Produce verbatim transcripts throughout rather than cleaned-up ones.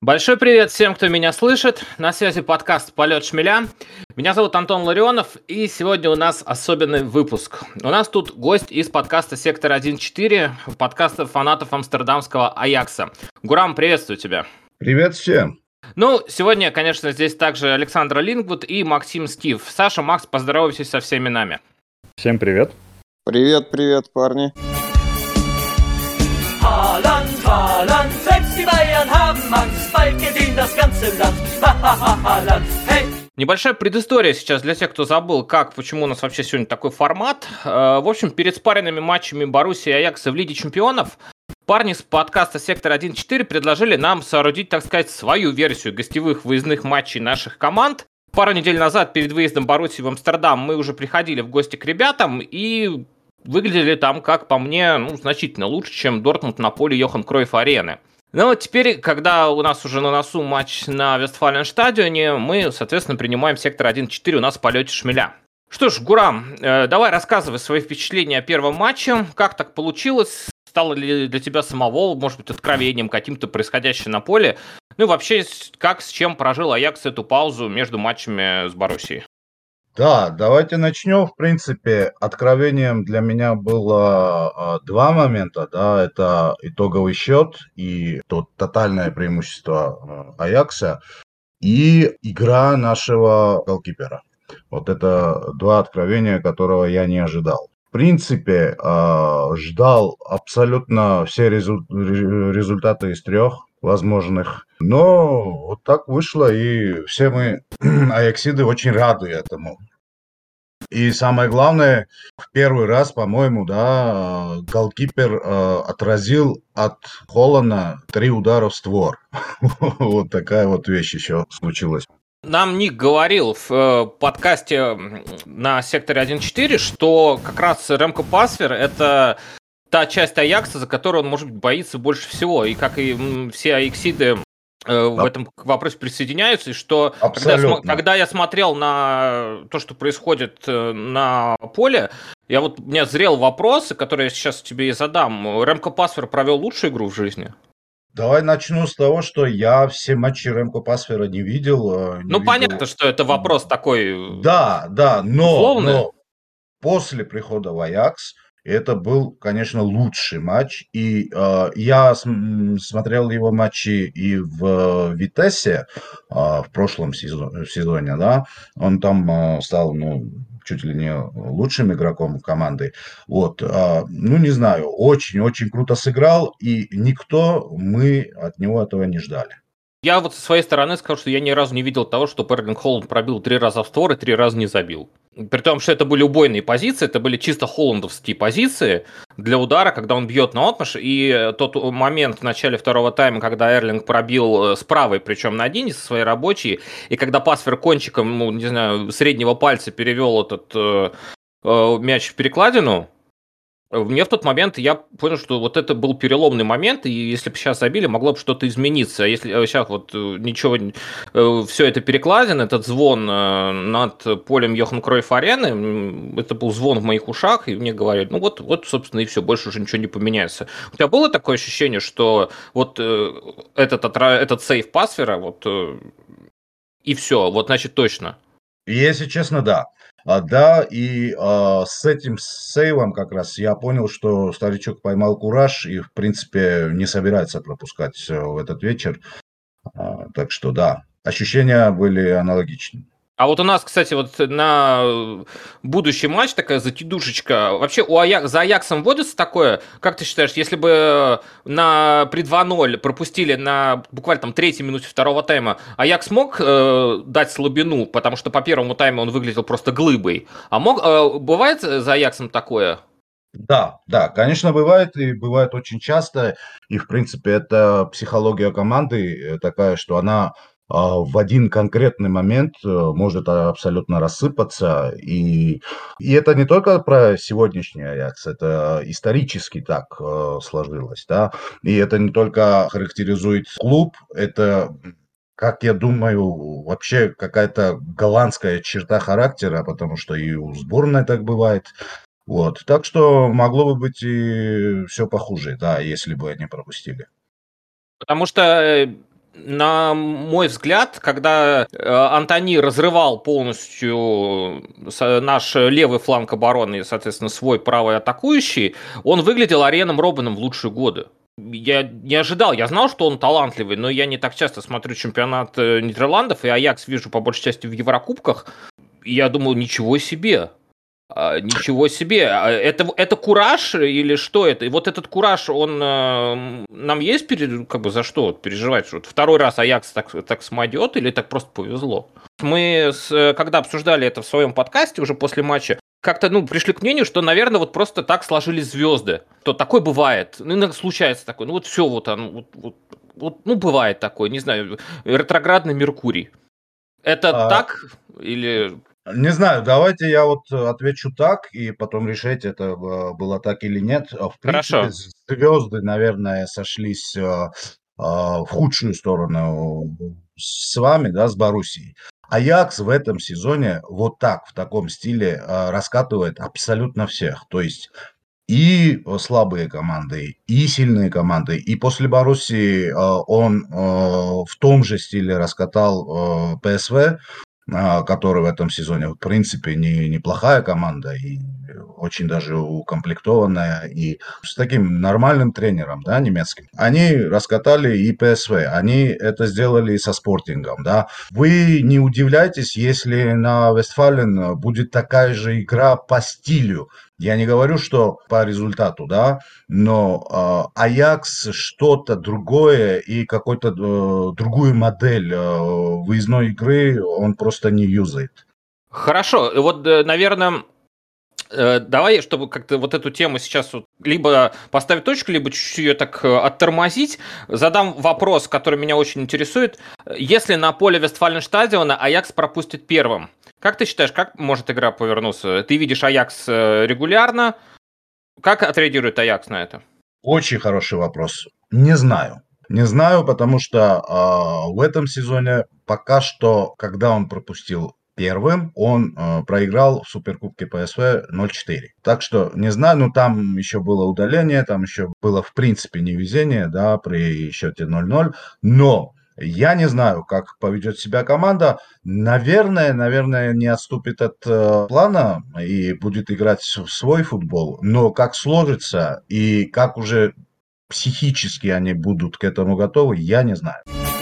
Большой привет всем, кто меня слышит. На связи подкаст «Полет шмеля». Меня зовут Антон Ларионов, и сегодня у нас особенный выпуск. У нас тут гость из подкаста «Сектор один четыре», подкаста фанатов амстердамского Аякса. Гурам, приветствую тебя. Привет всем. Ну, сегодня, конечно, здесь также Александр Лингвуд и Максим Скиф. Саша, Макс, поздоровайтесь со всеми нами. Всем привет. Привет, привет, парни. Haaland, Haaland, selbst die Bayern haben Angst, bald gewinnt das ganze Land. Haaland, hey! Небольшая предыстория сейчас для тех, кто забыл, как, почему у нас вообще сегодня такой формат. В общем, перед спаренными матчами Боруссии и Аякса в Лиге чемпионов парни с подкаста «Сектор один четыре» предложили нам соорудить, так сказать, свою версию гостевых выездных матчей наших команд. Пару недель назад, перед выездом Боруссии в Амстердам, мы уже приходили в гости к ребятам и выглядели там, как по мне, ну, значительно лучше, чем Дортмунд на поле Йохан Кройф-арены. Но вот теперь, когда у нас уже на носу матч на Вестфаленстадионе, мы, соответственно, принимаем «Сектор один четыре» у нас в полете шмеля. Что ж, Гурам, э, давай рассказывай свои впечатления о первом матче, как так получилось, стало ли для тебя самого, может быть, откровением каким-то происходящее на поле, ну и вообще, как, с чем прожил Аякс эту паузу между матчами с Боруссией? Да, давайте начнем. В принципе, откровением для меня было а, два момента. Да, это итоговый счет и то тотальное преимущество а, Аякса и игра нашего голкипера. Вот это два откровения, которого я не ожидал. В принципе, а, ждал абсолютно все резу- результаты из трех возможных. Но вот так вышло, и все мы, аяксиды, очень рады этому. И самое главное, в первый раз, по-моему, да, голкипер э, отразил от Холлана три удара в створ. Вот такая вот вещь еще случилась. Нам Ник говорил в э, подкасте на «Секторе один четыре», что как раз Ремко Пасвер – это та часть Аякса, за которую он, может быть, боится больше всего. И как и м, все аяксиды э, в этом вопросе присоединяются, и что когда я, см- когда я смотрел на то, что происходит э, на поле, я вот, у меня зрел вопрос, который я сейчас тебе и задам. Ремко Пасвер провел лучшую игру в жизни? Давай начну с того, что я все матчи Ремко Пасвера не видел. Не ну, видел. понятно, что это вопрос такой... Да, да, но, условный. но после прихода в Аякс это был, конечно, лучший матч. И э, я см- смотрел его матчи и в Витессе э, в прошлом сезоне, в сезоне, да. Он там э, стал, ну, чуть ли не лучшим игроком команды. Вот, э, ну, не знаю, очень-очень круто сыграл, и никто, мы от него этого не ждали. Я вот со своей стороны скажу, что я ни разу не видел того, что Эрлинг Холланд пробил три раза в створ и три раза не забил. При том, что это были убойные позиции, это были чисто холландовские позиции для удара, когда он бьет наотмашь. И тот момент в начале второго тайма, когда Эрлинг пробил с правой, причем на один со своей рабочей, и когда Пасвер кончиком, ну, не знаю, среднего пальца перевел этот э, э, мяч в перекладину, мне в тот момент я понял, что вот это был переломный момент, и если бы сейчас забили, могло бы что-то измениться. А если сейчас вот ничего, все это перекладин, этот звон над полем Йохан Кройф-арены, это был звон в моих ушах, и мне говорят, ну вот, вот, собственно, и все, больше уже ничего не поменяется. У тебя было такое ощущение, что вот этот, этот сейв Пасвера, вот, и все, вот, значит, точно? Если честно, да. А, да, и а, с этим сейвом как раз я понял, что старичок поймал кураж и, в принципе, не собирается пропускать в этот вечер. А, так что, да, ощущения были аналогичны. А вот у нас, кстати, вот на будущий матч такая затидушечка. Вообще у Аяк... за Аяксом вводится такое, как ты считаешь, если бы на при два ноль пропустили на буквально там третьей минуте второго тайма, Аякс мог э, дать слабину, потому что по первому тайму он выглядел просто глыбой. А мог, э, бывает за Аяксом такое? Да, да, конечно, бывает, и бывает очень часто. И, в принципе, это психология команды такая, что она в один конкретный момент может абсолютно рассыпаться. И, и это не только про сегодняшний Аякс, это исторически так э, сложилось, да. И это не только характеризует клуб, это, как я думаю, вообще какая-то голландская черта характера, потому что и у сборной так бывает. Вот, так что могло бы быть и все похуже, да, если бы они пропустили. Потому что на мой взгляд, когда Антони разрывал полностью наш левый фланг обороны и, соответственно, свой правый атакующий, он выглядел Ариеном Роббеном в лучшие годы. Я не ожидал, я знал, что он талантливый, но я не так часто смотрю чемпионат Нидерландов, и Аякс вижу по большей части в Еврокубках, и я думал, ничего себе. А, ничего себе. Это, это кураж или что это? И вот этот кураж, он э, нам есть как бы за что переживать? Что второй раз Аякс так, так смадет или так просто повезло? Мы, с, когда обсуждали это в своем подкасте уже после матча, как-то ну, пришли к мнению, что, наверное, вот просто так сложились звезды. То такое бывает. Ну, иногда случается такое. Ну, вот все вот оно. Вот, вот, вот, ну, бывает такое. Не знаю, ретроградный Меркурий. Это а... так или... Не знаю, давайте я вот отвечу так, и потом решить, это было так или нет. В принципе, Хорошо. Звезды, наверное, сошлись в худшую сторону с вами, да, с Боруссией. Аякс в этом сезоне вот так, в таком стиле раскатывает абсолютно всех. То есть и слабые команды, и сильные команды. И после Боруссии он в том же стиле раскатал ПСВ, который в этом сезоне, в принципе, не, неплохая команда и очень даже укомплектованная, и с таким нормальным тренером, да, немецким. Они раскатали и ПСВ, они это сделали и со Спортингом, да. Вы не удивляйтесь, если на Вестфален будет такая же игра по стилю. Я не говорю, что по результату, да, но э, Аякс что-то другое и какую-то э, другую модель э, выездной игры он просто не юзает. Хорошо, вот, наверное, э, давай, чтобы как-то вот эту тему сейчас вот либо поставить точку, либо чуть-чуть ее так оттормозить, задам вопрос, который меня очень интересует. Если на поле Вестфаленстадиона Аякс пропустит первым, как ты считаешь, как может игра повернуться? Ты видишь Аякс регулярно. Как отреагирует Аякс на это? Очень хороший вопрос. Не знаю. Не знаю, потому что э, в этом сезоне пока что, когда он пропустил первым, он э, проиграл в Суперкубке ПСВ ноль четыре. Так что не знаю, ну там еще было удаление, там еще было в принципе невезение, да, при счете ноль ноль. Но я не знаю, как поведет себя команда. Наверное, наверное, не отступит от э, плана и будет играть в свой футбол. Но как сложится и как уже психически они будут к этому готовы, я не знаю.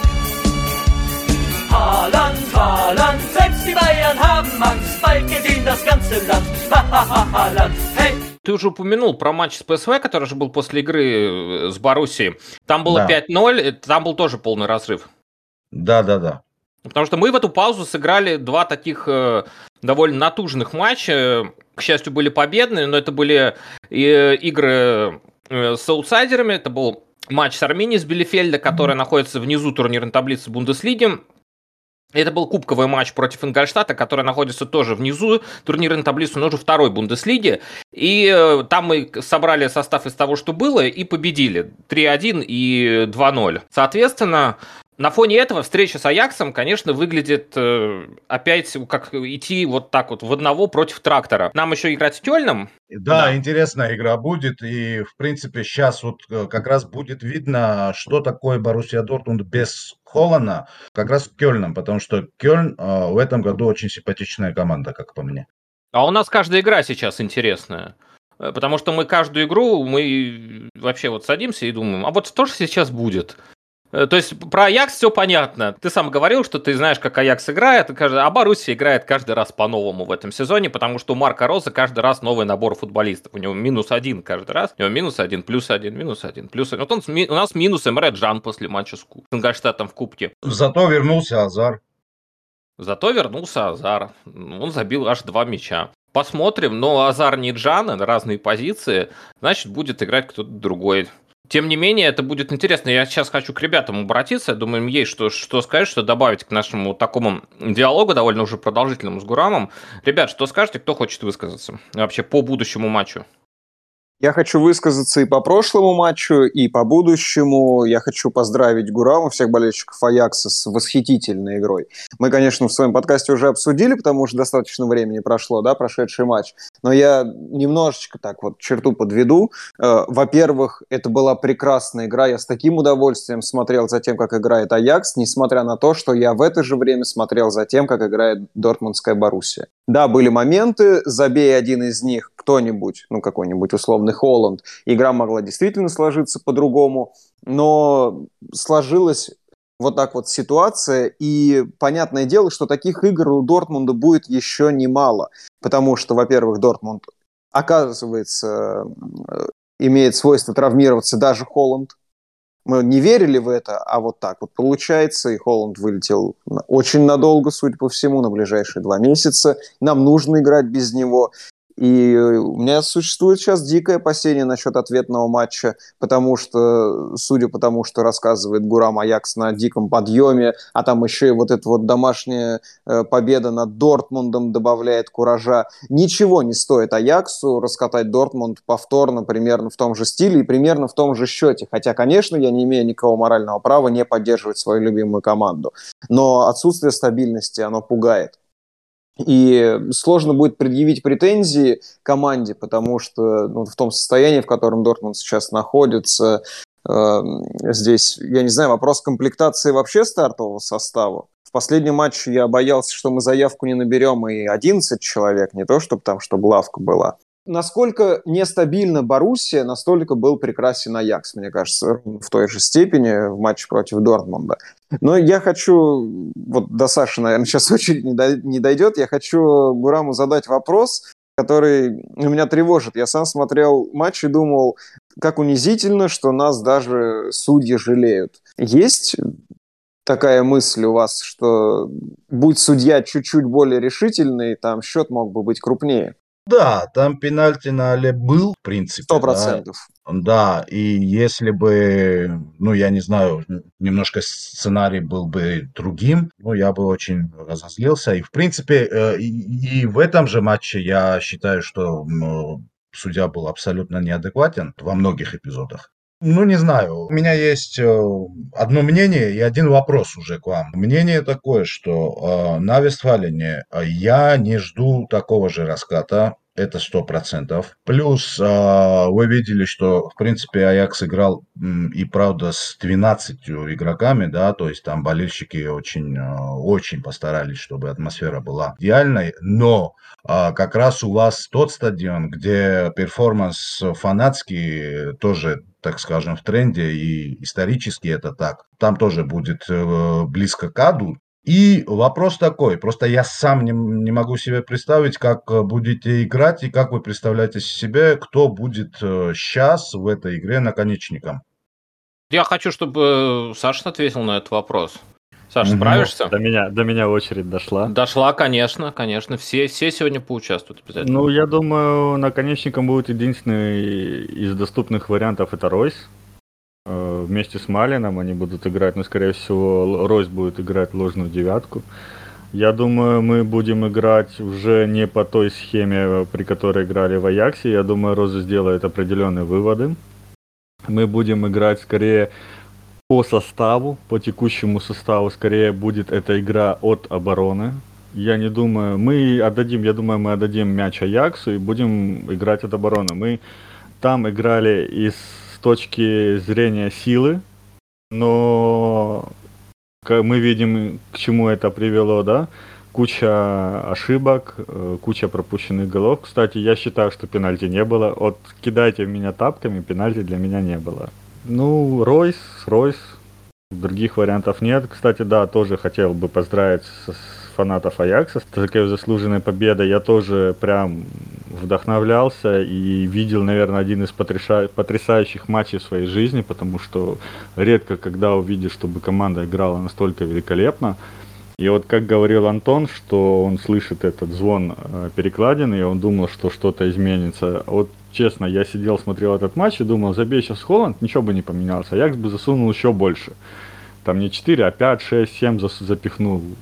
Haaland, Haaland, selbst die Bayern haben Angst, bald geht in das ganze Land. Haaland, hey! Ты уже упомянул про матч с ПСВ, который же был после игры с Боруссией. Там было да. пять ноль, там был тоже полный разрыв. Да, да, да. Потому что мы в эту паузу сыграли два таких э, довольно натужных матча. К счастью, были победные, но это были э, игры э, с аутсайдерами. Это был матч с Арминией, с Билефельда, которая mm-hmm. находится внизу турнирной таблицы Бундеслиги. Это был кубковый матч против Ингольштата, который находится тоже внизу турнирной таблицы, но уже второй Бундеслиги. И э, там мы собрали состав из того, что было, и победили три один и два ноль. Соответственно, на фоне этого встреча с Аяксом, конечно, выглядит э, опять как идти вот так вот в одного против трактора. Нам еще играть с Кёльном. Да, да, интересная игра будет, и, в принципе, сейчас вот как раз будет видно, что такое Боруссия Дортмунд без Холлана, как раз с Кёльном, потому что Кёльн э, в этом году очень симпатичная команда, как по мне. А у нас каждая игра сейчас интересная, потому что мы каждую игру, мы вообще вот садимся и думаем, а вот что же сейчас будет? То есть про Аякс все понятно. Ты сам говорил, что ты знаешь, как Аякс играет, а Боруссия играет каждый раз по-новому в этом сезоне, потому что у Марка Роза каждый раз новый набор футболистов. У него минус один каждый раз. У него минус один, плюс один, минус один, плюс один. Вот он, у нас минус Эмре Джан после матча с Ингольштатом в Кубке. Зато вернулся Азар. Зато вернулся Азар. Он забил аж два мяча. Посмотрим, но Азар не Джан, на разные позиции, значит, будет играть кто-то другой. Тем не менее, это будет интересно. Я сейчас хочу к ребятам обратиться. Я думаю, им есть что, что сказать, что добавить к нашему такому диалогу, довольно уже продолжительному с Гурамом. Ребят, что скажете, кто хочет высказаться вообще по будущему матчу? Я хочу высказаться и по прошлому матчу, и по будущему. Я хочу поздравить Гураму, всех болельщиков Аякса, с восхитительной игрой. Мы, конечно, в своем подкасте уже обсудили, потому что достаточно времени прошло, да, прошедший матч. Но я немножечко так вот черту подведу. Во-первых, это была прекрасная игра. Я с таким удовольствием смотрел за тем, как играет Аякс, несмотря на то, что я в это же время смотрел за тем, как играет Дортмундская Боруссия. Да, были моменты, забей один из них кто-нибудь, ну, какой-нибудь условный Холланд, игра могла действительно сложиться по-другому, но сложилась вот так вот ситуация, и понятное дело, что таких игр у Дортмунда будет еще немало, потому что, во-первых, Дортмунд, оказывается, имеет свойство травмироваться даже Холланд. Мы не верили в это, а вот так вот получается, и Холланд вылетел очень надолго, судя по всему, на ближайшие два месяца. Нам нужно играть без него. И у меня существует сейчас дикое опасение насчет ответного матча, потому что, судя по тому, что рассказывает Гурам, Аякс на диком подъеме, а там еще и вот эта вот домашняя э, победа над Дортмундом добавляет куража. Ничего не стоит Аяксу раскатать Дортмунд повторно, примерно в том же стиле и примерно в том же счете. Хотя, конечно, я не имею никакого морального права не поддерживать свою любимую команду. Но отсутствие стабильности, оно пугает. И сложно будет предъявить претензии команде, потому что ну, в том состоянии, в котором Дортмунд сейчас находится, э, здесь, я не знаю, вопрос комплектации вообще стартового состава. В последнем матче я боялся, что мы заявку не наберем и одиннадцать человек, не то чтобы там, чтобы лавка была. Насколько нестабильна Боруссия, настолько был прекрасен Аякс, мне кажется, в той же степени в матче против Дортмунда. Но я хочу, вот до Саши, наверное, сейчас очередь не дойдет, я хочу Гураму задать вопрос, который меня тревожит. Я сам смотрел матч и думал, как унизительно, что нас даже судьи жалеют. Есть такая мысль у вас, что будь судья чуть-чуть более решительный, там счет мог бы быть крупнее? Да, там пенальти на Але был, в принципе. Сто процентов. Да, и если бы, ну, я не знаю, немножко сценарий был бы другим, ну, я бы очень разозлился. И, в принципе, и, и в этом же матче я считаю, что ну, судья был абсолютно неадекватен во многих эпизодах. Ну, не знаю. У меня есть одно мнение и один вопрос уже к вам. Мнение такое, что э, на Вестфалене я не жду такого же раската. Это сто процентов. Плюс э, вы видели, что, в принципе, Аякс играл м, и, правда, с двенадцатью игроками, да, то есть там болельщики очень, э, очень постарались, чтобы атмосфера была идеальной, но э, как раз у вас тот стадион, где перформанс фанатский тоже, так скажем, в тренде, и исторически это так, там тоже будет э, близко к аду. И вопрос такой, просто я сам не, не могу себе представить, как будете играть и как вы представляете себе, кто будет сейчас в этой игре наконечником. Я хочу, чтобы Саша ответил на этот вопрос. Саша, угу. Справишься? До меня, до меня очередь дошла. Дошла, конечно, конечно. Все, все сегодня поучаствуют обязательно. Ну, я думаю, наконечником будет единственный из доступных вариантов это Ройс. Вместе с Малином они будут играть, но, скорее всего, Ройс будет играть ложную девятку. Я думаю, мы будем играть уже не по той схеме, при которой играли в Аяксе. Я думаю, Роза сделает определенные выводы. Мы будем играть скорее по составу, по текущему составу. Скорее будет эта игра от обороны. Я не думаю, мы отдадим, я думаю, мы отдадим мяч Аяксу и будем играть от обороны. Мы там играли из точки зрения силы, но мы видим, к чему это привело, да, куча ошибок, куча пропущенных голов. Кстати, я считаю, что пенальти не было. Вот кидайте в меня тапками, пенальти для меня не было. Ну, Ройс, Ройс, других вариантов нет. Кстати, да, тоже хотел бы поздравить с фанатов Аякса с такой заслуженной победой. Я тоже прям вдохновлялся и видел, наверное, один из потряса... потрясающих матчей в своей жизни, потому что редко когда увидишь, чтобы команда играла настолько великолепно. И вот как говорил Антон, что он слышит этот звон э, перекладины, и он думал, что что-то изменится. Вот честно, я сидел, смотрел этот матч и думал, забей сейчас Холланд, ничего бы не поменялся. Аякс бы засунул еще больше. Там не четыре, а пять, шесть, семь запихнул.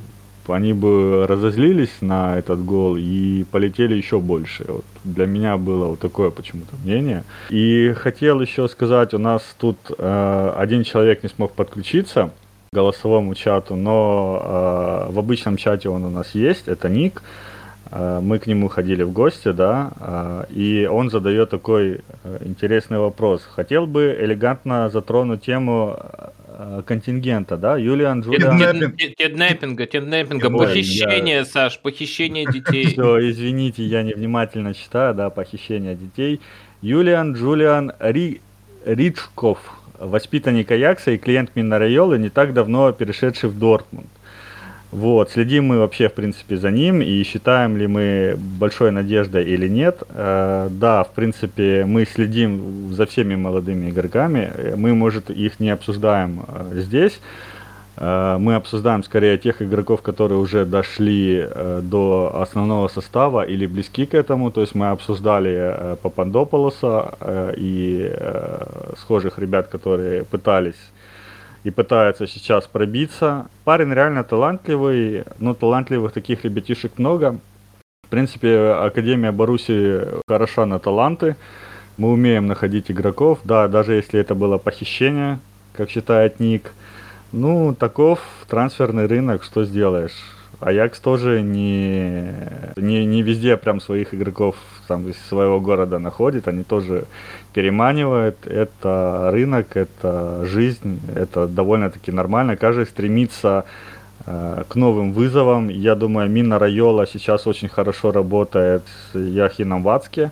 они бы разозлились на этот гол и полетели еще больше. Вот для меня было вот такое почему-то мнение. И хотел еще сказать, у нас тут э, один человек не смог подключиться к голосовому чату, но э, в обычном чате он у нас есть, это Ник. Э, мы к нему ходили в гости, да, э, и он задает такой э, интересный вопрос. Хотел бы элегантно затронуть тему контингента, да, Юлиан Джулиан... Киднеппинга, киднеппинга, похищение, я... Саш, похищение детей. Все, извините, я невнимательно читаю, да, похищение детей. Юлиан Джулиан Ри... Ричков, воспитанник Аякса и клиент Мина Райолы, не так давно перешедший в Дортмунд. Вот, следим мы вообще, в принципе, за ним и считаем ли мы большой надеждой или нет. Э, да, в принципе, мы следим за всеми молодыми игроками. Мы, может, их не обсуждаем э, здесь. Э, мы обсуждаем скорее тех игроков, которые уже дошли э, до основного состава или близки к этому. То есть мы обсуждали э, Папандополоса э, и э, схожих ребят, которые пытались и пытается сейчас пробиться. Парень реально талантливый, но талантливых таких ребятишек много. В принципе, Академия Боруссии хороша на таланты. Мы умеем находить игроков, да, даже если это было похищение, как считает Ник. Ну, таков трансферный рынок, что сделаешь. Аякс тоже не, не, не везде прям своих игроков там, из своего города находит, они тоже переманивают. Это рынок, это жизнь, это довольно-таки нормально. Каждый стремится э, к новым вызовам. Я думаю, Мина Райола сейчас очень хорошо работает с Яхином Вацке.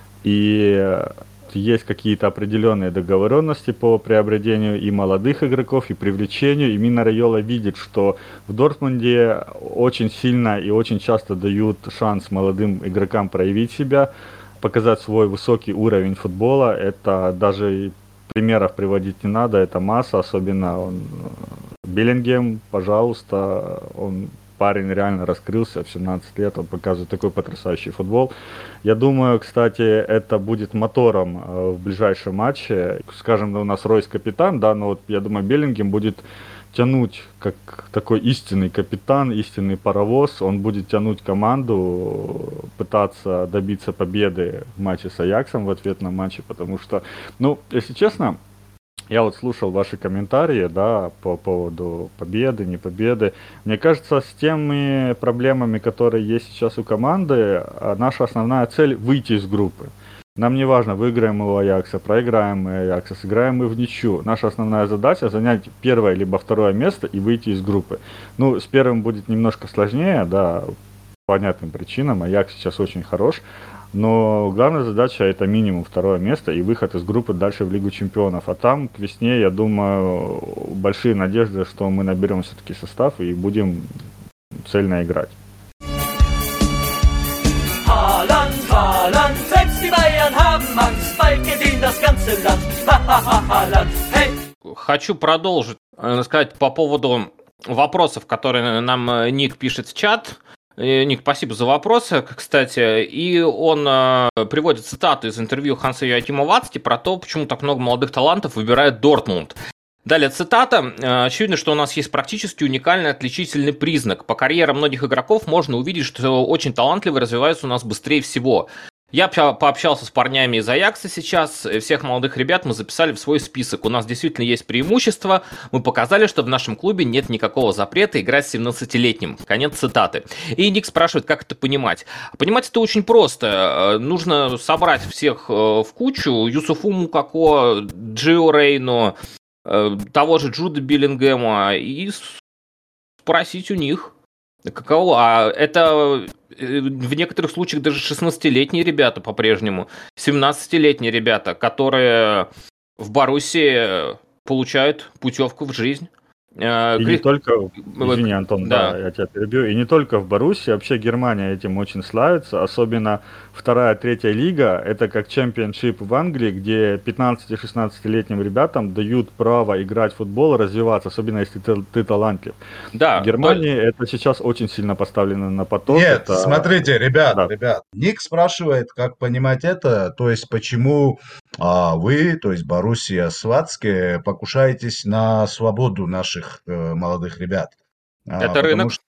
И есть какие-то определенные договоренности по приобретению и молодых игроков, и привлечению. И Мина Райола видит, что в Дортмунде очень сильно и очень часто дают шанс молодым игрокам проявить себя, показать свой высокий уровень футбола. Это даже примеров приводить не надо, это масса, особенно он, Беллингем, пожалуйста, он парень реально раскрылся в семнадцать лет, он показывает такой потрясающий футбол. Я думаю, кстати, это будет мотором э, в ближайшем матче. Скажем, у нас Ройс капитан, да, но вот я думаю, Беллингем будет тянуть как такой истинный капитан, истинный паровоз. Он будет тянуть команду, пытаться добиться победы в матче с Аяксом в ответном матче, потому что, ну, если честно, я вот слушал ваши комментарии, да, по поводу победы, не победы. Мне кажется, с теми проблемами, которые есть сейчас у команды, наша основная цель выйти из группы. Нам не важно, выиграем мы у Аякса, проиграем мы Аякса, сыграем мы в ничью. Наша основная задача занять первое либо второе место и выйти из группы. Ну, с первым будет немножко сложнее, да, по понятным причинам. Аякс сейчас очень хорош. Но главная задача это минимум второе место и выход из группы дальше в Лигу Чемпионов. А там к весне, я думаю, большие надежды, что мы наберем все-таки состав и будем цельно играть. Haaland, Haaland, selbst die Bayern haben Angst, bald geht in das ganze Land. Haaland, hey! Хочу продолжить, сказать по поводу вопросов, которые нам Ник пишет в чат. Ник, спасибо за вопросы, кстати. И он э, приводит цитату из интервью Ханса Йоахима Вацки про то, почему так много молодых талантов выбирает Дортмунд. Далее цитата. «Очевидно, что у нас есть практически уникальный отличительный признак. По карьерам многих игроков можно увидеть, что очень талантливые развиваются у нас быстрее всего. Я пообщался с парнями из Аякса сейчас, всех молодых ребят мы записали в свой список. У нас действительно есть преимущество, мы показали, что в нашем клубе нет никакого запрета играть с семнадцатилетним». Конец цитаты. И Ник спрашивает, как это понимать. Понимать это очень просто. Нужно собрать всех в кучу, Юсуфу Мукако, Джио Рейно, того же Джуда Беллингема и спросить у них, каково. А это в некоторых случаях даже шестнадцатилетние ребята по-прежнему, семнадцатилетние ребята, которые в Боруссии получают путевку в жизнь. И не только, извини, Антон, да. да, я тебя перебью, и не только в Боруссии, вообще Германия этим очень славится, особенно вторая, третья лига, это как чемпионшип в Англии, где пятнадцати-шестнадцатилетним ребятам дают право играть в футбол, развиваться, особенно если ты, ты талантлив. Да, в Германии то... это сейчас очень сильно поставлено на поток. Нет, это... смотрите, ребят, да. ребят, Ник спрашивает, как понимать это, то есть почему а, вы, то есть Боруссия Сватские, покушаетесь на свободу наших молодых ребят. Это а, рынок. Что,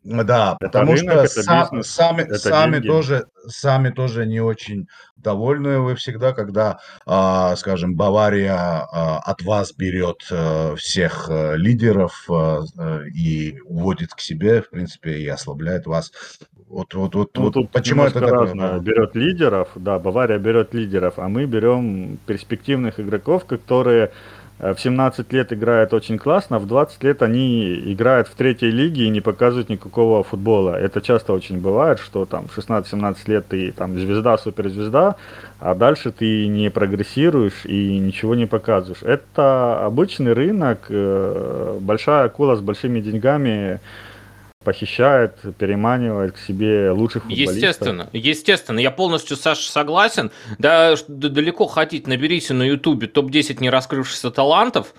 Да, Это потому рынок, что это са- бизнес, сами, это сами деньги. тоже, сами тоже не очень довольны вы всегда, когда, а, скажем, Бавария а, от вас берет а, всех а, лидеров а, а, и уводит к себе, в принципе, и ослабляет вас. Вот, вот, вот, Ну, вот тут почему это немножко такое? разное. Да? Берет лидеров, да, Бавария берет лидеров, а мы берем перспективных игроков, которые э, в семнадцать лет играют очень классно, а в двадцать лет они играют в третьей лиге и не показывают никакого футбола. Это часто очень бывает, что там в шестнадцать-семнадцать лет ты там звезда, суперзвезда, а дальше ты не прогрессируешь и ничего не показываешь. Это обычный рынок, э, большая акула с большими деньгами похищает, переманивает к себе лучших футболистов. Естественно, естественно, я полностью, Саша, согласен. Да, ш- д- далеко ходить, наберите на Ютубе топ десять не раскрывшихся талантов,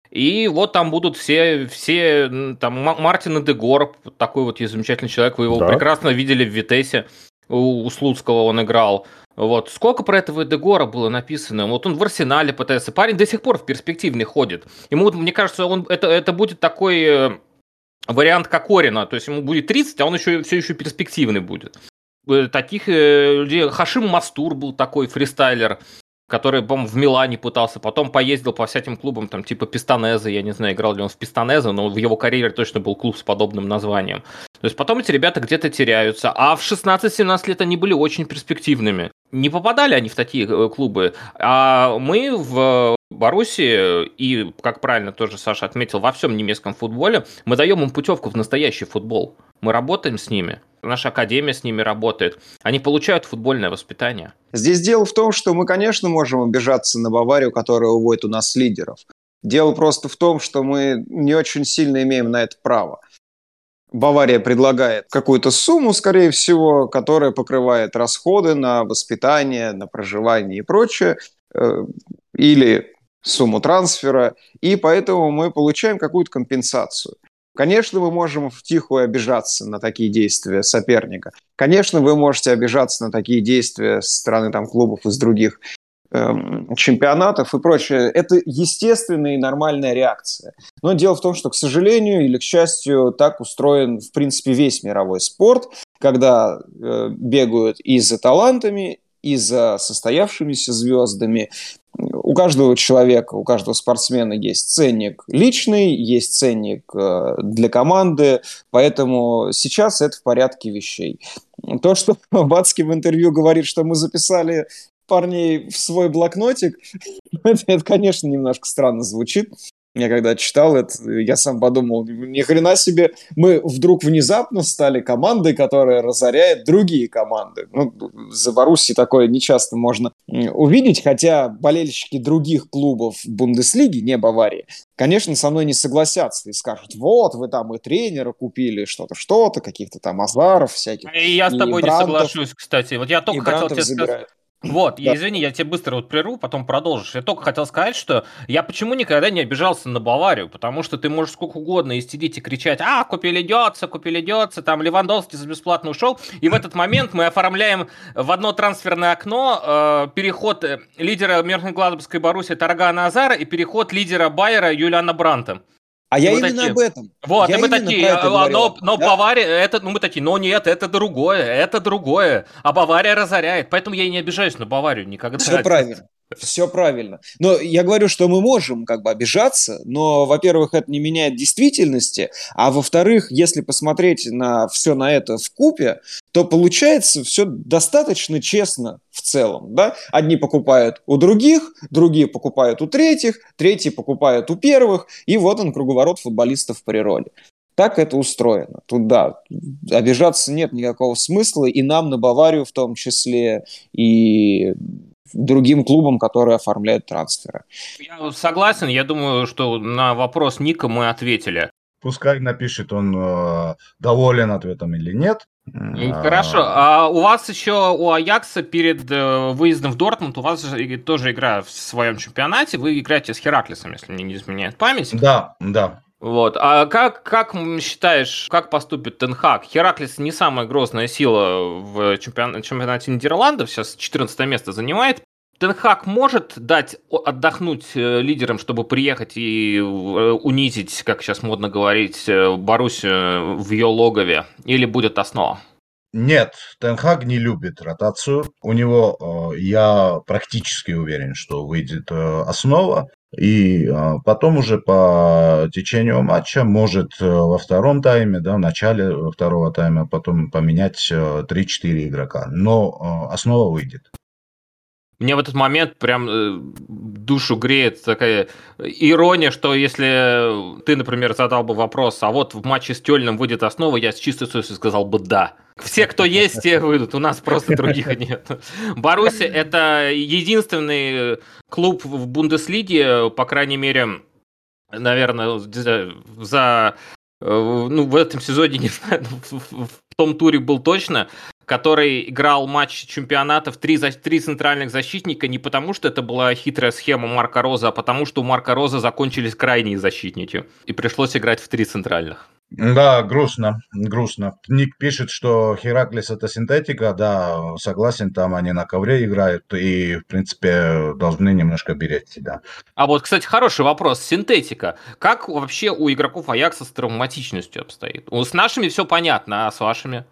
и вот там будут все, все м, там Ма- Мартин Эдегор, такой вот есть замечательный человек, вы его Да. прекрасно видели в Витесе, у, у Слуцкого он играл. Вот, сколько про этого Эдегора было написано? Вот он в Арсенале пытается, парень до сих пор в перспективный ходит. Ему, вот, мне кажется, он, это, это будет такой... э, вариант Кокорина, то есть ему будет тридцать, а он еще все еще перспективный будет. Э, Таких э, людей, Хашим Мастур был такой фристайлер, который, по-моему, в Милане пытался, потом поездил по всяким клубам, там, типа Пистанезе, я не знаю, играл ли он в Пистанезе, но в его карьере точно был клуб с подобным названием. То есть потом эти ребята где-то теряются, а в шестнадцать-семнадцать лет они были очень перспективными. Не попадали они в такие э, клубы, а мы в Боруссии, и, как правильно тоже Саша отметил, во всем немецком футболе, мы даем им путевку в настоящий футбол. Мы работаем с ними, наша академия с ними работает, они получают футбольное воспитание. Здесь дело в том, что мы, конечно, можем обижаться на Баварию, которая уводит у нас лидеров. Дело просто в том, что мы не очень сильно имеем на это право. Бавария предлагает какую-то сумму, скорее всего, которая покрывает расходы на воспитание, на проживание и прочее, э, или сумму трансфера, и поэтому мы получаем какую-то компенсацию. Конечно, мы можем втихую обижаться на такие действия соперника. Конечно, вы можете обижаться на такие действия со стороны там, клубов из других эм, чемпионатов и прочее. Это естественная и нормальная реакция. Но дело в том, что, к сожалению или к счастью, так устроен, в принципе, весь мировой спорт, когда э, бегают и за талантами, и за состоявшимися звездами. У каждого человека, у каждого спортсмена есть ценник личный, есть ценник э, для команды, поэтому сейчас это в порядке вещей. То, что Бацкий в интервью говорит, что мы записали парней в свой блокнотик, это, это, конечно, немножко странно звучит. Я когда читал это, я сам подумал, ни хрена себе, мы вдруг внезапно стали командой, которая разоряет другие команды. Ну, за Боруссией такое нечасто можно увидеть, хотя болельщики других клубов Бундеслиги, не Баварии, конечно, со мной не согласятся и скажут, вот, вы там и тренера купили, что-то, что-то, каких-то там Азаров всяких. И я с тобой и не Брантов, соглашусь, кстати. Вот я только и хотел Брантов тебе сказать... забирают. Вот, Да. я, извини, я тебе быстро вот прерву, потом продолжишь. Я только хотел сказать, что я почему никогда не обижался на Баварию, потому что ты можешь сколько угодно истерить и кричать, а, купили Дётса, купили Дётса, там Левандовский за бесплатно ушел, и в этот момент мы оформляем в одно трансферное окно э, переход лидера Мönchengladbachской Боруссии Таргана Азара и переход лидера Байера Юлиана Бранта. А И я мы именно такие, об этом. Вот, я и мы именно такие, про это а, говорил. но, но Да. Бавария, это, ну мы такие, но нет, это другое, это другое, а Бавария разоряет, поэтому я и не обижаюсь на Баварию никогда. Все правильно. Все правильно. Но я говорю, что мы можем как бы обижаться, но, во-первых, это не меняет действительности, а во-вторых, если посмотреть на все на это вкупе, то получается все достаточно честно в целом. Да? Одни покупают у других, другие покупают у третьих, третьи покупают у первых, и вот он круговорот футболистов в природе. Так это устроено. Тут, да, обижаться нет никакого смысла, и нам на Баварию в том числе, и другим клубам, которые оформляют трансферы. Я согласен, я думаю, что на вопрос Ника мы ответили. Пускай напишет, он э, доволен ответом или нет. Хорошо, а у вас еще у Аякса перед э, выездом в Дортмунд, у вас же тоже игра в своем чемпионате, вы играете с Хераклисом, если мне не изменяет память. Да, да. Вот. А как, как считаешь, как поступит Тен Хаг? Хераклис не самая грозная сила в чемпион... чемпионате Нидерландов, сейчас четырнадцатое место занимает. Тен Хаг может дать отдохнуть лидерам, чтобы приехать и унизить, как сейчас модно говорить, Боруссию в ее логове? Или будет основа? Нет, Тен Хаг не любит ротацию. У него, я практически уверен, что выйдет основа. И потом уже по течению матча может во втором тайме, да, в начале второго тайма потом поменять три-четыре игрока. Но основа выйдет. Мне в этот момент прям э, душу греет такая ирония, что если ты, например, задал бы вопрос, а вот в матче с Кёльном выйдет основа, я с чистой совестью сказал бы да. Все, кто есть, те выйдут, у нас просто других нет. Боруссия – это единственный клуб в Бундеслиге, по крайней мере, наверное, за... Ну, в этом сезоне, не знаю, в, в том туре был точно, который играл матч чемпионата в три, три центральных защитника не потому, что это была хитрая схема Марка Роза, а потому, что у Марка Роза закончились крайние защитники, и пришлось играть в три центральных. Да, грустно, грустно. Ник пишет, что Хераклис это синтетика, да, согласен, там они на ковре играют и, в принципе, должны немножко беречь себя. А вот, кстати, хороший вопрос. Синтетика. Как вообще у игроков Аякса с травматичностью обстоит? С нашими все понятно, а с вашими?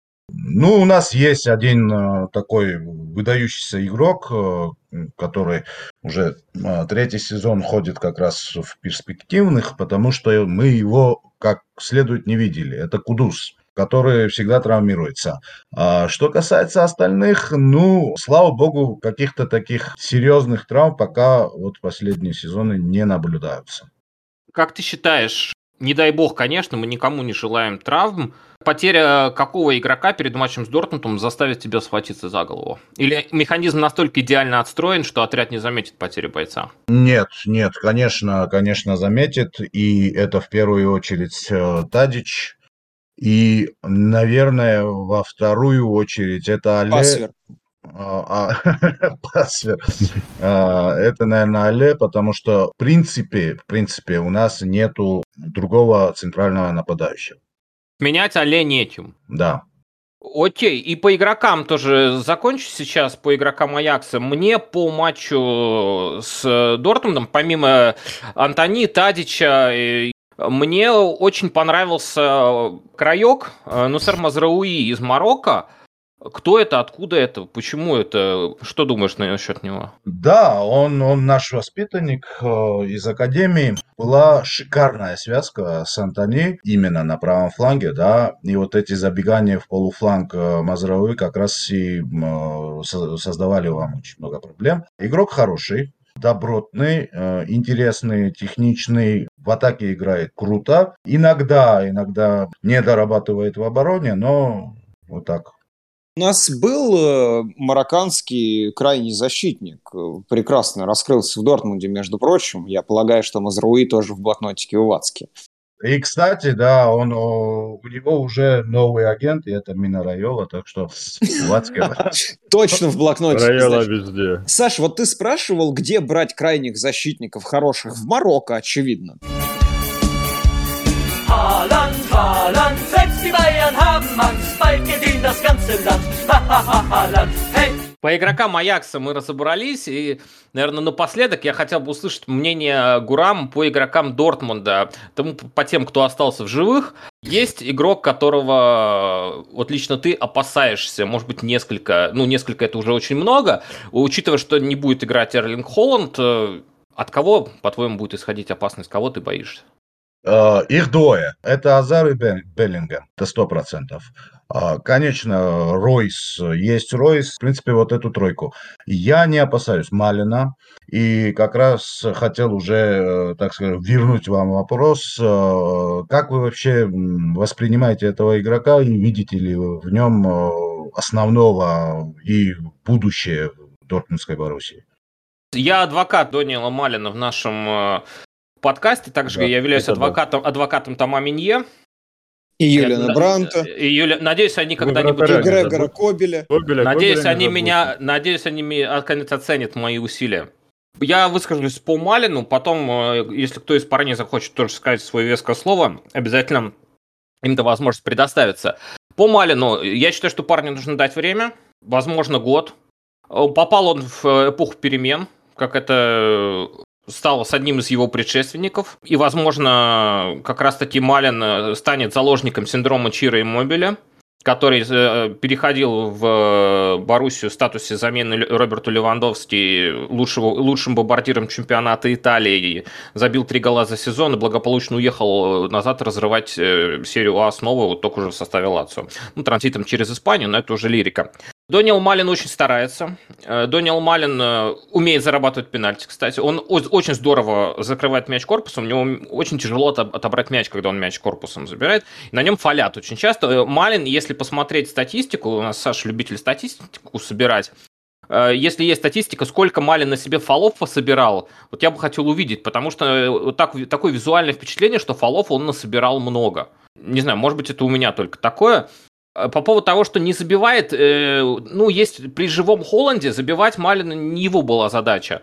Ну, у нас есть один э, такой выдающийся игрок, э, который уже э, третий сезон ходит как раз в перспективных, потому что мы его как следует не видели. Это Кудус, который всегда травмируется. А что касается остальных, ну, слава богу, каких-то таких серьезных травм пока вот последние сезоны не наблюдаются. Как ты считаешь, не дай бог, конечно, мы никому не желаем травм, потеря какого игрока перед матчем с Дортмундом заставит тебя схватиться за голову? Или механизм настолько идеально отстроен, что отряд не заметит потери бойца? Нет, нет, конечно, конечно, заметит. И это в первую очередь Тадич. И, наверное, во вторую очередь это Але. Пассвер. А, а, Пассвер. А, это, наверное, Але, потому что в принципе, в принципе у нас нету другого центрального нападающего. Менять Але нечем. Да. Окей, и по игрокам тоже закончу сейчас, по игрокам Аякса. Мне по матчу с Дортмундом, помимо Антони, Тадича, мне очень понравился краек Нусер Мазрауи из Марокко. Кто это, откуда это, почему это? Что думаешь насчет него? Да, он, он наш воспитанник э, из академии. Была шикарная связка с Антони именно на правом фланге, да. И вот эти забегания в полуфланг э, Мазрауи как раз и э, создавали вам очень много проблем. Игрок хороший, добротный, э, интересный, техничный. В атаке играет круто. Иногда, иногда не дорабатывает в обороне, но вот так. У нас был марокканский крайний защитник, прекрасно раскрылся в Дортмунде, между прочим. Я полагаю, что Мазрауи тоже в блокнотике у Вацки. И, кстати, да, он, у него уже новый агент, и это Мина Райола, так что Вацки... Точно в блокнотике. Райола везде. Саш, вот ты спрашивал, где брать крайних защитников хороших? В Марокко, очевидно. Haaland, Haaland, selbst die Bayern haben Angst, bald geht ihnen das ganze Land. Ha, ha, ha, Haaland, hey! По игрокам Аякса мы разобрались, и, наверное, напоследок я хотел бы услышать мнение Гурам по игрокам Дортмунда, тому, по тем, кто остался в живых. Есть игрок, которого вот лично ты опасаешься, может быть, несколько, ну, несколько это уже очень много, учитывая, что не будет играть Эрлинг Холланд, от кого, по-твоему, будет исходить опасность, кого ты боишься? Их двое. Это Азар и Беллингем. Это сто процентов. Конечно, Ройс. Есть Ройс. В принципе, вот эту тройку. Я не опасаюсь Малина. И как раз хотел уже, так сказать, вернуть вам вопрос. Как вы вообще воспринимаете этого игрока и видите ли в нем основного и будущее Дортмундской Боруссии? Я адвокат Дониэла Малина в нашем подкасте, также да, я являюсь адвокатом, да. адвокатом Тома Минье. И Юлиана Бранта. И Юля... Надеюсь, они когда-нибудь... И Грегора Кобеля. Кобеля. Надеюсь, Кобеля они меня... Надеюсь, они наконец оценят мои усилия. Я выскажусь по Малину, потом, если кто из парней захочет тоже сказать свое веское слово, обязательно им эта возможность предоставится. По Малину, я считаю, что парню нужно дать время, возможно, год. Попал он в эпоху перемен, как это стало с одним из его предшественников. И, возможно, как раз-таки Малин станет заложником синдрома Чиро Иммобиле, который переходил в Боруссию в статусе замены Роберту Левандовски, лучшего, лучшим бомбардиром чемпионата Италии, забил три гола за сезон и благополучно уехал назад разрывать серию А снова, вот только уже в составе Лацио. Ну, транзитом через Испанию, но это уже лирика. Дониэл Малин очень старается. Дониэл Малин умеет зарабатывать пенальти, кстати. Он очень здорово закрывает мяч корпусом. У него очень тяжело отобрать мяч, когда он мяч корпусом забирает. На нем фалят очень часто. Малин, если посмотреть статистику, у нас Саша любитель статистику собирать, если есть статистика, сколько Малин на себе фолов пособирал, вот я бы хотел увидеть, потому что так, такое визуальное впечатление, что фолов он насобирал много. Не знаю, может быть, это у меня только такое. По поводу того, что не забивает, э, ну, есть при живом Холланде забивать Малина не его была задача.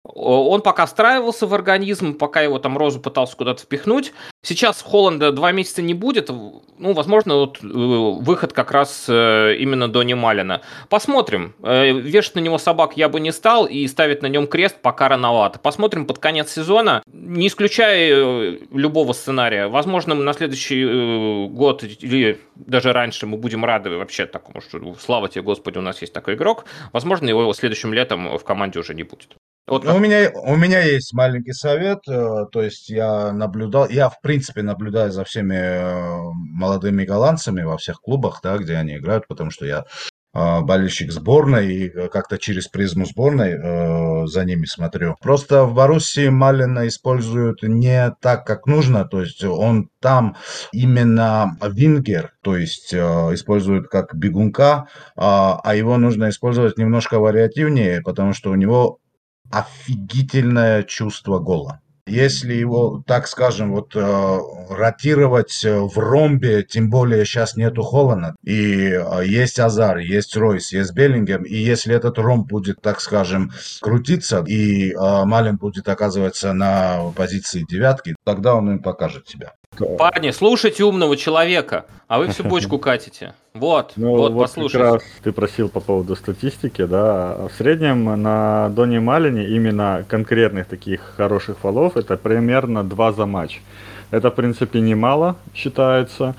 Он пока встраивался в организм, пока его там Розу пытался куда-то впихнуть. Сейчас Холланда два месяца не будет. Ну, возможно, вот выход как раз именно Дони Малина. Посмотрим. Вешать на него собак я бы не стал, и ставить на нем крест пока рановато. Посмотрим под конец сезона. Не исключая любого сценария. Возможно, на следующий год или даже раньше мы будем рады вообще такому, что слава тебе, Господи, у нас есть такой игрок. Возможно, его следующим летом в команде уже не будет. Вот ну, у меня, у меня есть маленький совет, то есть я наблюдал, я в принципе наблюдаю за всеми молодыми голландцами во всех клубах, да, где они играют, потому что я болельщик сборной и как-то через призму сборной э, за ними смотрю. Просто в Боруссии Малина используют не так, как нужно, то есть он там именно вингер, то есть э, используют как бегунка, э, а его нужно использовать немножко вариативнее, потому что у него офигительное чувство гола. Если его, так скажем, вот э, ротировать в ромбе, тем более сейчас нету Холланда, и э, есть Азар, есть Ройс, есть Беллингем, и если этот ромб будет, так скажем, крутиться, и э, Малин будет оказываться на позиции девятки, тогда он им покажет себя. Парни, слушайте умного человека, а вы всю бочку катите. Вот, ну, вот, вот послушайте. Как раз ты просил по поводу статистики, да. В среднем на Дони Малине именно конкретных таких хороших фолов это примерно два за матч. Это, в принципе, немало считается.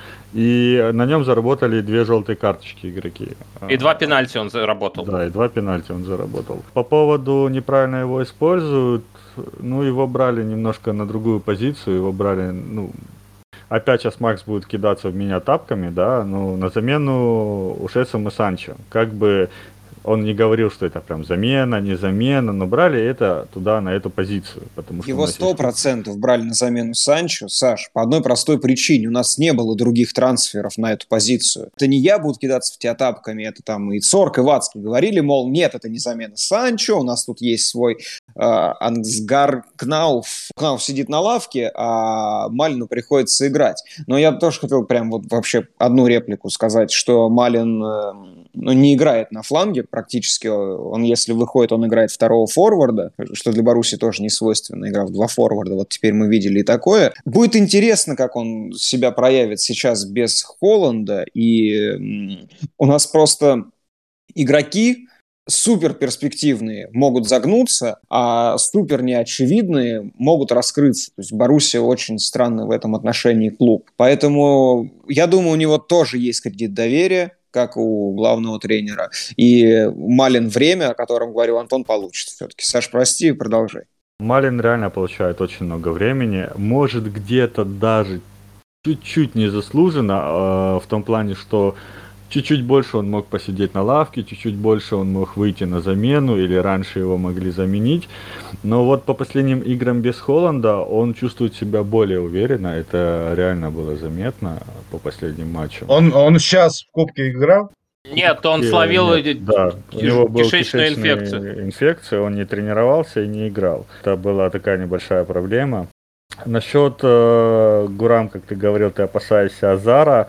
И на нем заработали две желтые карточки игроки. И два пенальти он заработал. Да, и два пенальти он заработал. По поводу неправильно его используют, ну, его брали немножко на другую позицию, его брали, ну, опять сейчас Макс будет кидаться в меня тапками, да, ну, на замену ушедшему Санчо. Как бы он не говорил, что это прям замена, не замена, но брали это туда, на эту позицию. Потому что его сто процентов брали на замену Санчо, Саш, по одной простой причине. У нас не было других трансферов на эту позицию. Это не я буду кидаться в тебя тапками, это там и Цорк, и Вацкий говорили, мол, нет, это не замена Санчо, у нас тут есть свой э, Ансгар Кнауф. Кнауф сидит на лавке, а Малину приходится играть. Но я тоже хотел прям вот вообще одну реплику сказать, что Малин э, ну, не играет на фланге практически. Он, если выходит, он играет второго форварда, что для Боруссии тоже не свойственно, игра в два форварда. Вот теперь мы видели и такое. Будет интересно, как он себя проявит сейчас без Холланда. И у нас просто игроки супер перспективные могут загнуться, а супер неочевидные могут раскрыться. То есть Боруссия очень странный в этом отношении клуб. Поэтому я думаю, у него тоже есть кредит доверия, как у главного тренера. И Малин время, о котором говорил Антон, получит все-таки. Саш, прости, продолжай. Малин реально получает очень много времени. Может, где-то даже чуть-чуть незаслуженно, э, в том плане, что чуть-чуть больше он мог посидеть на лавке, чуть-чуть больше он мог выйти на замену, или раньше его могли заменить. Но вот по последним играм без Холланда он чувствует себя более уверенно. Это реально было заметно по последним матчам. Он, он сейчас в Кубке играл? Нет, он словил Нет, да, у него была кишечная инфекция. инфекция, он не тренировался и не играл. Это была такая небольшая проблема. Насчет э, Гурам, как ты говорил, ты опасаешься Азара.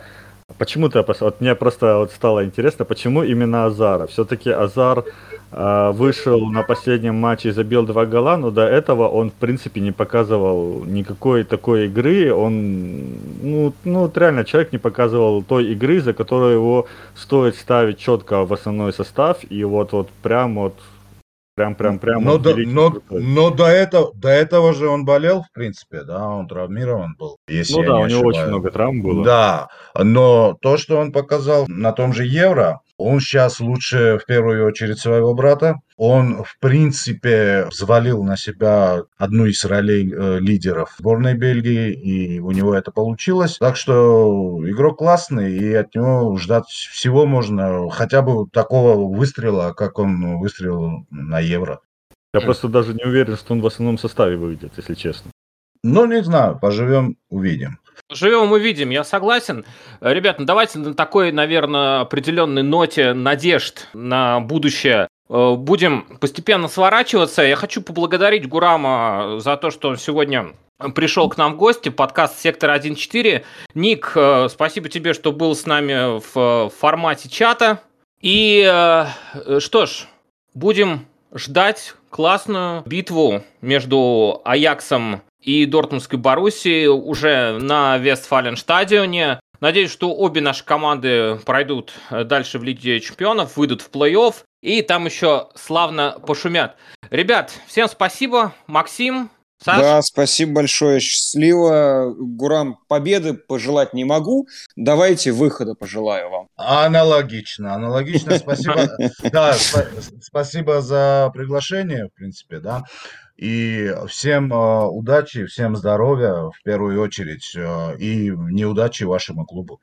Почему ты опасался? Вот мне просто вот стало интересно, почему именно Азара? Все-таки Азар э, вышел на последнем матче и забил два гола, но до этого он, в принципе, не показывал никакой такой игры. Он, ну, ну реально, человек не показывал той игры, за которую его стоит ставить четко в основной состав. И вот, вот прям вот Прям, прям, прям. Но, он до, великий, но, крутой. но до, этого, до этого же он болел, в принципе, да, он травмирован был, если Ну я да, не у него очень ошибаюсь. много травм было. Да, но то, что он показал на том же Евро, он сейчас лучше в первую очередь своего брата. Он, в принципе, взвалил на себя одну из ролей э, лидеров сборной Бельгии, и у него это получилось. Так что игрок классный, и от него ждать всего можно, хотя бы такого выстрела, как он выстрелил на Евро. Я просто даже не уверен, что он в основном составе выйдет, если честно. Ну, не знаю, поживем, увидим. Живем, увидим, я согласен. Ребят, ну давайте на такой, наверное, определенной ноте надежд на будущее будем постепенно сворачиваться. Я хочу поблагодарить Гурама за то, что он сегодня пришел к нам в гости. Подкаст «Сектор один четыре». Ник, спасибо тебе, что был с нами в формате чата. И что ж, будем ждать классную битву между Аяксом и Дортмундской Боруссией уже на Вестфаленстадионе. Надеюсь, что обе наши команды пройдут дальше в Лиге Чемпионов, выйдут в плей-офф и там еще славно пошумят. Ребят, всем спасибо. Максим, Саш? Да, спасибо большое, счастливо. Гурам, победы пожелать не могу. Давайте выхода пожелаю вам. Аналогично, аналогично. Спасибо. Да, спасибо за приглашение, в принципе, да. И всем э, удачи, всем здоровья, в первую очередь, э, и неудачи вашему клубу.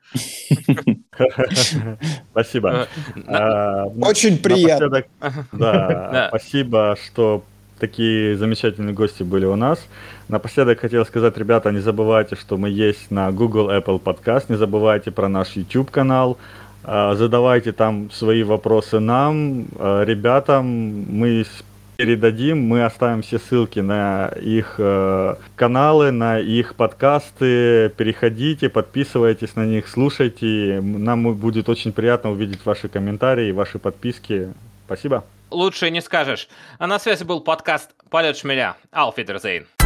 Спасибо. Очень приятно. Да, спасибо, что такие замечательные гости были у нас. Напоследок хотел сказать, ребята, не забывайте, что мы есть на Google, Apple Podcast, не забывайте про наш YouTube-канал, задавайте там свои вопросы нам, ребятам, мы передадим, мы оставим все ссылки на их э, каналы, на их подкасты. Переходите, подписывайтесь на них, слушайте. Нам будет очень приятно увидеть ваши комментарии, ваши подписки. Спасибо. Лучше не скажешь. А на связи был подкаст «Полет шмеля». Auf Wiedersehen.